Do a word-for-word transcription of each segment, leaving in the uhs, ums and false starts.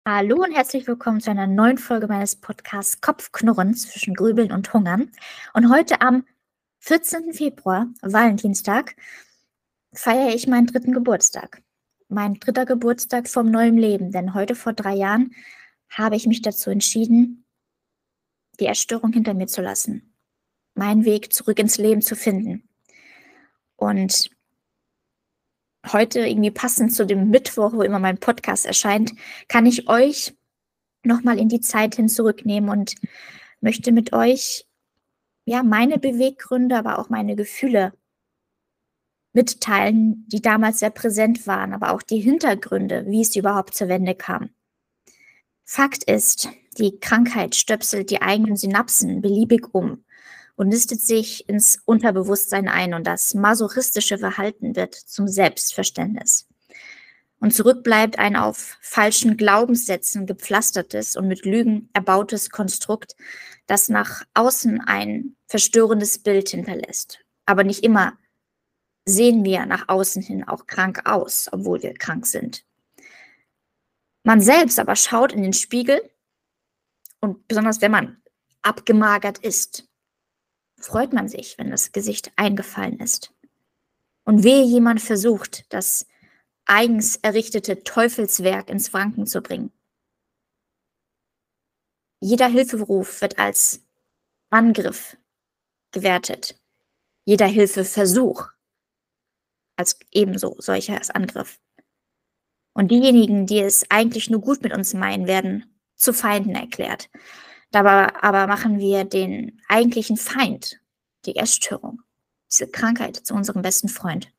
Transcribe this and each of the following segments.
Hallo und herzlich willkommen zu einer neuen Folge meines Podcasts Kopfknurren zwischen Grübeln und Hungern. Und heute am vierzehnten Februar, Valentinstag, feiere ich meinen dritten Geburtstag. Mein dritter Geburtstag vom neuen Leben, denn heute vor drei Jahren habe ich mich dazu entschieden, die Essstörung hinter mir zu lassen, meinen Weg zurück ins Leben zu finden. Und heute, irgendwie passend zu dem Mittwoch, wo immer mein Podcast erscheint, kann ich euch nochmal in die Zeit hin zurücknehmen und möchte mit euch ja meine Beweggründe, aber auch meine Gefühle mitteilen, die damals sehr präsent waren, aber auch die Hintergründe, wie es überhaupt zur Wende kam. Fakt ist, die Krankheit stöpselt die eigenen Synapsen beliebig um und nistet sich ins Unterbewusstsein ein und das masochistische Verhalten wird zum Selbstverständnis. Und zurück bleibt ein auf falschen Glaubenssätzen gepflastertes und mit Lügen erbautes Konstrukt, das nach außen ein verstörendes Bild hinterlässt. Aber nicht immer sehen wir nach außen hin auch krank aus, obwohl wir krank sind. Man selbst aber schaut in den Spiegel und besonders wenn man abgemagert ist, freut man sich, wenn das Gesicht eingefallen ist. Und wehe jemand versucht, das eigens errichtete Teufelswerk ins Wanken zu bringen. Jeder Hilferuf wird als Angriff gewertet. Jeder Hilfeversuch als ebenso solcher als Angriff. Und diejenigen, die es eigentlich nur gut mit uns meinen, werden zu Feinden erklärt. Dabei aber machen wir den eigentlichen Feind, die Essstörung, diese Krankheit, zu unserem besten Freund.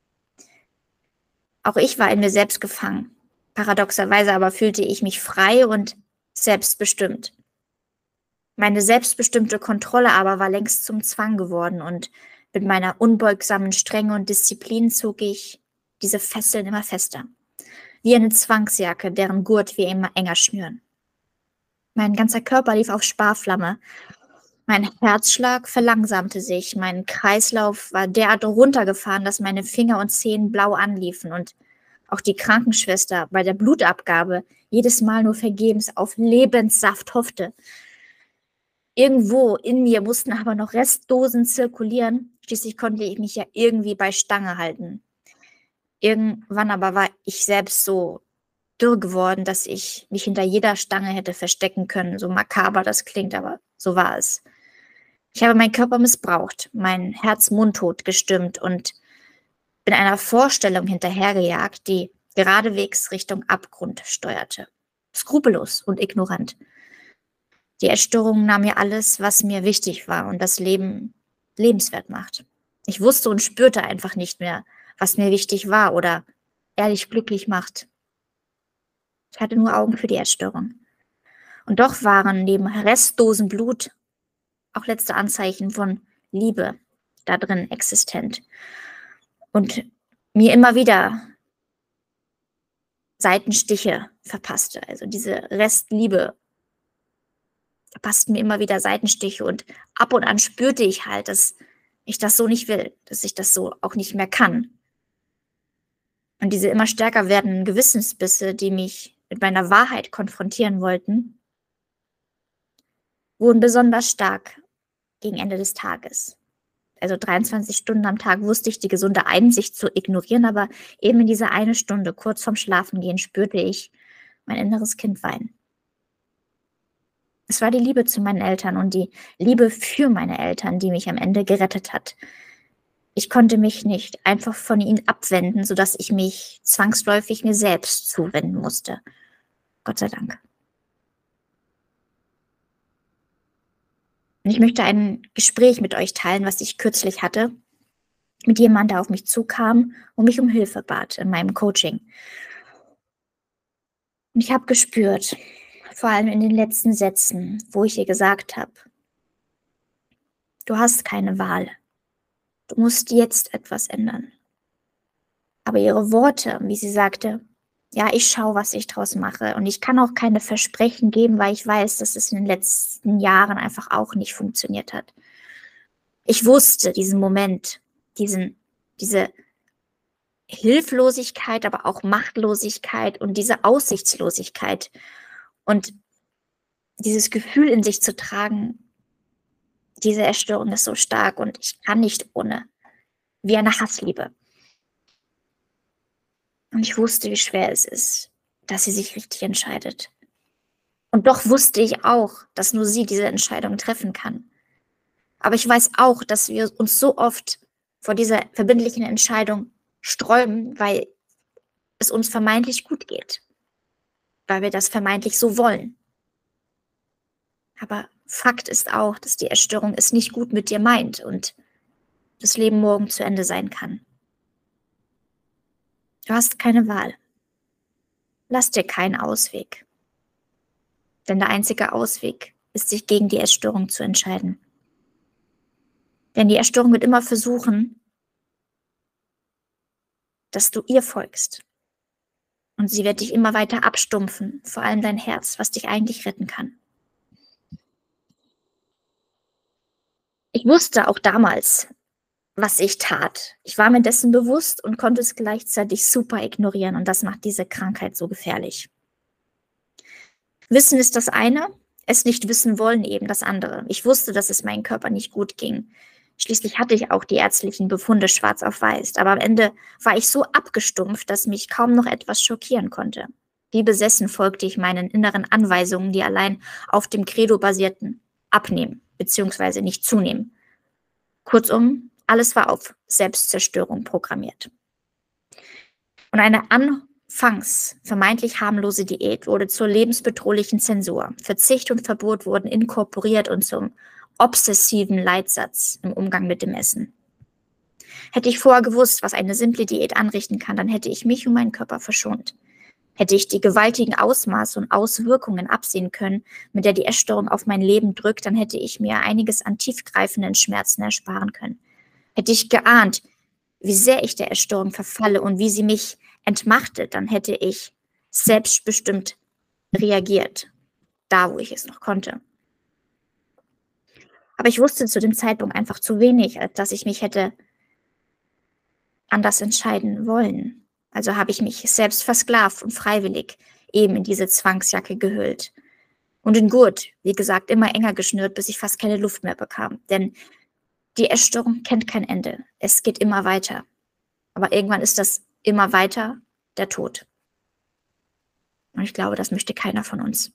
Auch ich war in mir selbst gefangen. Paradoxerweise aber fühlte ich mich frei und selbstbestimmt. Meine selbstbestimmte Kontrolle aber war längst zum Zwang geworden und mit meiner unbeugsamen Strenge und Disziplin zog ich diese Fesseln immer fester. Wie eine Zwangsjacke, deren Gurt wir immer enger schnüren. Mein ganzer Körper lief auf Sparflamme. Mein Herzschlag verlangsamte sich, mein Kreislauf war derart runtergefahren, dass meine Finger und Zehen blau anliefen und auch die Krankenschwester bei der Blutabgabe jedes Mal nur vergebens auf Lebenssaft hoffte. Irgendwo in mir mussten aber noch Restdosen zirkulieren, schließlich konnte ich mich ja irgendwie bei Stange halten. Irgendwann aber war ich selbst so dürr geworden, dass ich mich hinter jeder Stange hätte verstecken können, so makaber das klingt, aber so war es. Ich habe meinen Körper missbraucht, mein Herz mundtot gestimmt und bin einer Vorstellung hinterhergejagt, die geradewegs Richtung Abgrund steuerte. Skrupellos und ignorant. Die Essstörung nahm mir alles, was mir wichtig war und das Leben lebenswert macht. Ich wusste und spürte einfach nicht mehr, was mir wichtig war oder ehrlich glücklich macht. Ich hatte nur Augen für die Essstörung. Und doch waren neben Restdosen Blut auch letzte Anzeichen von Liebe da drin existent. Und mir immer wieder Seitenstiche verpasste. Also diese Restliebe verpassten mir immer wieder Seitenstiche und ab und an spürte ich halt, dass ich das so nicht will, dass ich das so auch nicht mehr kann. Und diese immer stärker werdenden Gewissensbisse, die mich mit meiner Wahrheit konfrontieren wollten, wurden besonders stark gegen Ende des Tages. Also dreiundzwanzig Stunden am Tag wusste ich die gesunde Einsicht zu ignorieren, aber eben in dieser eine Stunde, kurz vorm Schlafengehen, spürte ich mein inneres Kind weinen. Es war die Liebe zu meinen Eltern und die Liebe für meine Eltern, die mich am Ende gerettet hat. Ich konnte mich nicht einfach von ihnen abwenden, sodass ich mich zwangsläufig mir selbst zuwenden musste. Gott sei Dank. Und ich möchte ein Gespräch mit euch teilen, was ich kürzlich hatte, mit jemandem, der auf mich zukam und mich um Hilfe bat in meinem Coaching. Und ich habe gespürt, vor allem in den letzten Sätzen, wo ich ihr gesagt habe, du hast keine Wahl. Du musst jetzt etwas ändern. Aber ihre Worte, wie sie sagte, ja, ich schaue, was ich draus mache. Und ich kann auch keine Versprechen geben, weil ich weiß, dass es in den letzten Jahren einfach auch nicht funktioniert hat. Ich wusste diesen Moment, diesen, diese Hilflosigkeit, aber auch Machtlosigkeit und diese Aussichtslosigkeit Und dieses Gefühl in sich zu tragen, diese Essstörung ist so stark und ich kann nicht ohne, wie eine Hassliebe. Und ich wusste, wie schwer es ist, dass sie sich richtig entscheidet. Und doch wusste ich auch, dass nur sie diese Entscheidung treffen kann. Aber ich weiß auch, dass wir uns so oft vor dieser verbindlichen Entscheidung sträuben, weil es uns vermeintlich gut geht. Weil wir das vermeintlich so wollen. Aber Fakt ist auch, dass die Essstörung es nicht gut mit dir meint und das Leben morgen zu Ende sein kann. Du hast keine Wahl. Lass dir keinen Ausweg. Denn der einzige Ausweg ist, sich gegen die Essstörung zu entscheiden. Denn die Essstörung wird immer versuchen, dass du ihr folgst. Und sie wird dich immer weiter abstumpfen, vor allem dein Herz, was dich eigentlich retten kann. Ich wusste auch damals, was ich tat. Ich war mir dessen bewusst und konnte es gleichzeitig super ignorieren. Und das macht diese Krankheit so gefährlich. Wissen ist das eine, es nicht wissen wollen eben das andere. Ich wusste, dass es meinem Körper nicht gut ging. Schließlich hatte ich auch die ärztlichen Befunde schwarz auf weiß. Aber am Ende war ich so abgestumpft, dass mich kaum noch etwas schockieren konnte. Wie besessen folgte ich meinen inneren Anweisungen, die allein auf dem Credo basierten. Abnehmen, beziehungsweise nicht zunehmen. Kurzum, alles war auf Selbstzerstörung programmiert. Und eine anfangs vermeintlich harmlose Diät wurde zur lebensbedrohlichen Zensur. Verzicht und Verbot wurden inkorporiert und zum obsessiven Leitsatz im Umgang mit dem Essen. Hätte ich vorher gewusst, was eine simple Diät anrichten kann, dann hätte ich mich und meinen Körper verschont. Hätte ich die gewaltigen Ausmaße und Auswirkungen absehen können, mit der die Essstörung auf mein Leben drückt, dann hätte ich mir einiges an tiefgreifenden Schmerzen ersparen können. Hätte ich geahnt, wie sehr ich der Essstörung verfalle und wie sie mich entmachtet, dann hätte ich selbstbestimmt reagiert, da wo ich es noch konnte. Aber ich wusste zu dem Zeitpunkt einfach zu wenig, als dass ich mich hätte anders entscheiden wollen. Also habe ich mich selbst versklavt und freiwillig eben in diese Zwangsjacke gehüllt. Und den Gurt, wie gesagt, immer enger geschnürt, bis ich fast keine Luft mehr bekam. Denn die Essstörung kennt kein Ende. Es geht immer weiter. Aber irgendwann ist das immer weiter der Tod. Und ich glaube, das möchte keiner von uns.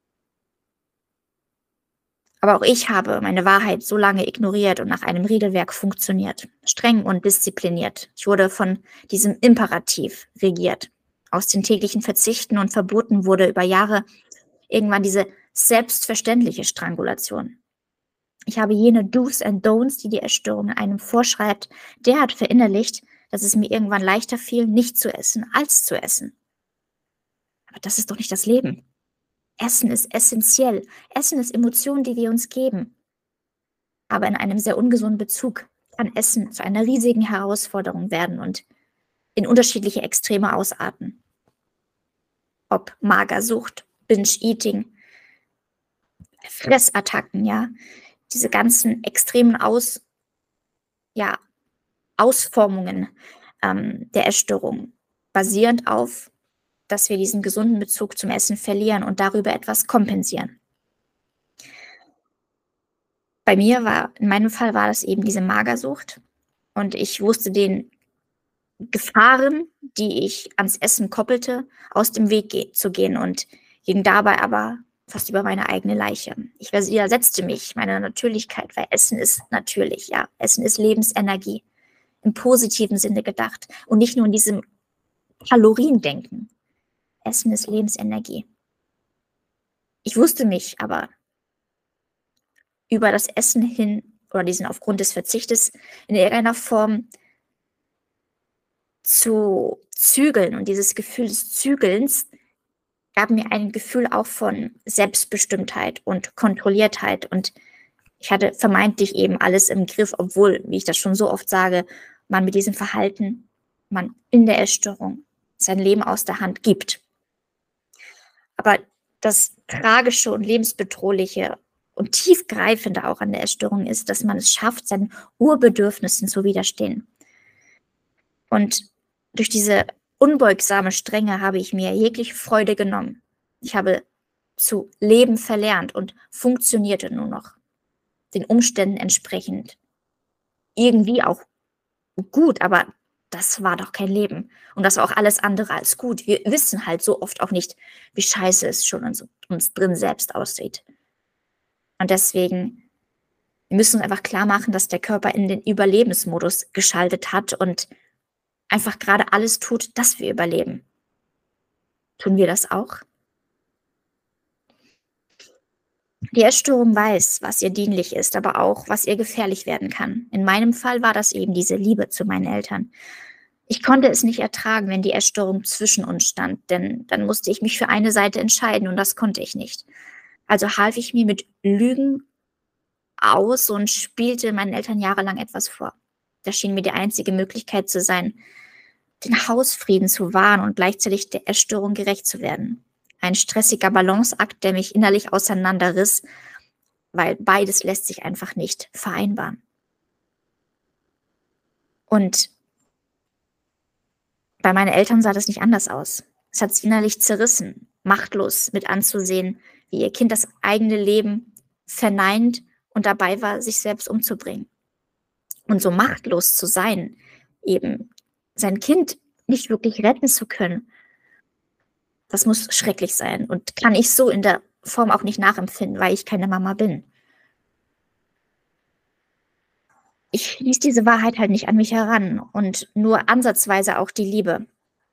Aber auch ich habe meine Wahrheit so lange ignoriert und nach einem Regelwerk funktioniert. Streng und diszipliniert. Ich wurde von diesem Imperativ regiert. Aus den täglichen Verzichten und Verboten wurde über Jahre irgendwann diese selbstverständliche Strangulation. Ich habe jene Do's and Don'ts, die die Essstörung einem vorschreibt, derart verinnerlicht, dass es mir irgendwann leichter fiel, nicht zu essen, als zu essen. Aber das ist doch nicht das Leben. Essen ist essentiell. Essen ist Emotion, die wir uns geben. Aber in einem sehr ungesunden Bezug kann Essen zu einer riesigen Herausforderung werden und in unterschiedliche Extreme ausarten. Ob Magersucht, Binge-Eating, Fressattacken, ja, diese ganzen extremen Aus, ja, Ausformungen ähm, der Essstörung, basierend auf, dass wir diesen gesunden Bezug zum Essen verlieren und darüber etwas kompensieren. Bei mir war, in meinem Fall war das eben diese Magersucht und ich wusste den Gefahren, die ich ans Essen koppelte, aus dem Weg ge- zu gehen und ging dabei aber fast über meine eigene Leiche. Ich widersetzte mich meiner Natürlichkeit, weil Essen ist natürlich, ja, Essen ist Lebensenergie, im positiven Sinne gedacht und nicht nur in diesem Kaloriendenken. Essen ist Lebensenergie. Ich wusste mich aber über das Essen hin oder diesen aufgrund des Verzichtes in irgendeiner Form zu zügeln. Und dieses Gefühl des Zügelns gab mir ein Gefühl auch von Selbstbestimmtheit und Kontrolliertheit. Und ich hatte vermeintlich eben alles im Griff, obwohl, wie ich das schon so oft sage, man mit diesem Verhalten, man in der Essstörung sein Leben aus der Hand gibt. Aber das Tragische und Lebensbedrohliche und Tiefgreifende auch an der Essstörung ist, dass man es schafft, seinen Urbedürfnissen zu widerstehen. Und durch diese unbeugsame Strenge habe ich mir jegliche Freude genommen. Ich habe zu leben verlernt und funktionierte nur noch den Umständen entsprechend. Irgendwie auch gut, aber das war doch kein Leben. Und das war auch alles andere als gut. Wir wissen halt so oft auch nicht, wie scheiße es schon in uns drin selbst aussieht. Und deswegen wir müssen uns einfach klar machen, dass der Körper in den Überlebensmodus geschaltet hat und einfach gerade alles tut, dass wir überleben. Tun wir das auch? Die Essstörung weiß, was ihr dienlich ist, aber auch, was ihr gefährlich werden kann. In meinem Fall war das eben diese Liebe zu meinen Eltern. Ich konnte es nicht ertragen, wenn die Essstörung zwischen uns stand, denn dann musste ich mich für eine Seite entscheiden und das konnte ich nicht. Also half ich mir mit Lügen aus und spielte meinen Eltern jahrelang etwas vor. Das schien mir die einzige Möglichkeit zu sein, den Hausfrieden zu wahren und gleichzeitig der Essstörung gerecht zu werden. Ein stressiger Balanceakt, der mich innerlich auseinanderriss, weil beides lässt sich einfach nicht vereinbaren. Und bei meinen Eltern sah das nicht anders aus. Es hat sie innerlich zerrissen, machtlos mit anzusehen, wie ihr Kind das eigene Leben verneint und dabei war, sich selbst umzubringen. Und so machtlos zu sein, eben sein Kind nicht wirklich retten zu können, das muss schrecklich sein und kann ich so in der Form auch nicht nachempfinden, weil ich keine Mama bin. Ich ließ diese Wahrheit halt nicht an mich heran und nur ansatzweise auch die Liebe.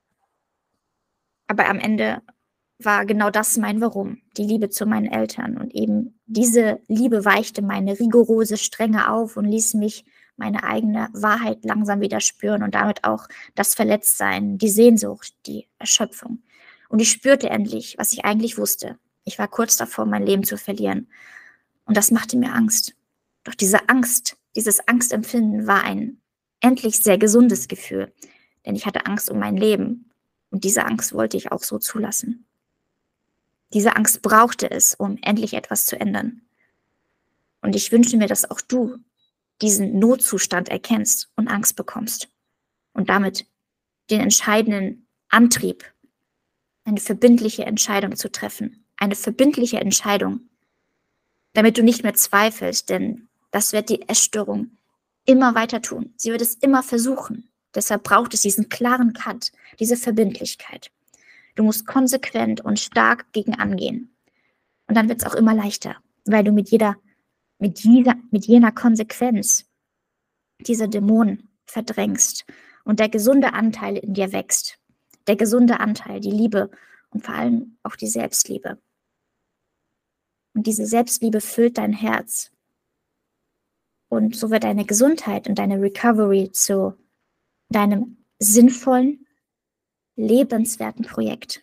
Aber am Ende war genau das mein Warum, die Liebe zu meinen Eltern. Und eben diese Liebe weichte meine rigorose Strenge auf und ließ mich meine eigene Wahrheit langsam wieder spüren und damit auch das Verletztsein, die Sehnsucht, die Erschöpfung. Und ich spürte endlich, was ich eigentlich wusste. Ich war kurz davor, mein Leben zu verlieren. Und das machte mir Angst. Doch diese Angst, dieses Angstempfinden war ein endlich sehr gesundes Gefühl, denn ich hatte Angst um mein Leben. Und diese Angst wollte ich auch so zulassen. Diese Angst brauchte es, um endlich etwas zu ändern. Und ich wünsche mir, dass auch du diesen Notzustand erkennst und Angst bekommst. Und damit den entscheidenden Antrieb, eine verbindliche Entscheidung zu treffen. Eine verbindliche Entscheidung, damit du nicht mehr zweifelst, denn das wird die Essstörung immer weiter tun. Sie wird es immer versuchen. Deshalb braucht es diesen klaren Cut, diese Verbindlichkeit. Du musst konsequent und stark gegen angehen. Und dann wird es auch immer leichter, weil du mit jeder, mit jeder, mit jener Konsequenz diese Dämonen verdrängst und der gesunde Anteil in dir wächst. Der gesunde Anteil, die Liebe und vor allem auch die Selbstliebe. Und diese Selbstliebe füllt dein Herz. Und so wird deine Gesundheit und deine Recovery zu deinem sinnvollen, lebenswerten Projekt.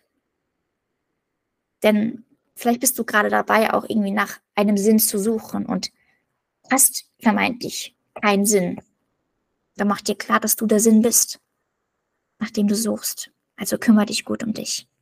Denn vielleicht bist du gerade dabei, auch irgendwie nach einem Sinn zu suchen und hast vermeintlich keinen Sinn. Dann mach dir klar, dass du der Sinn bist, nach dem du suchst. Also kümmere dich gut um dich.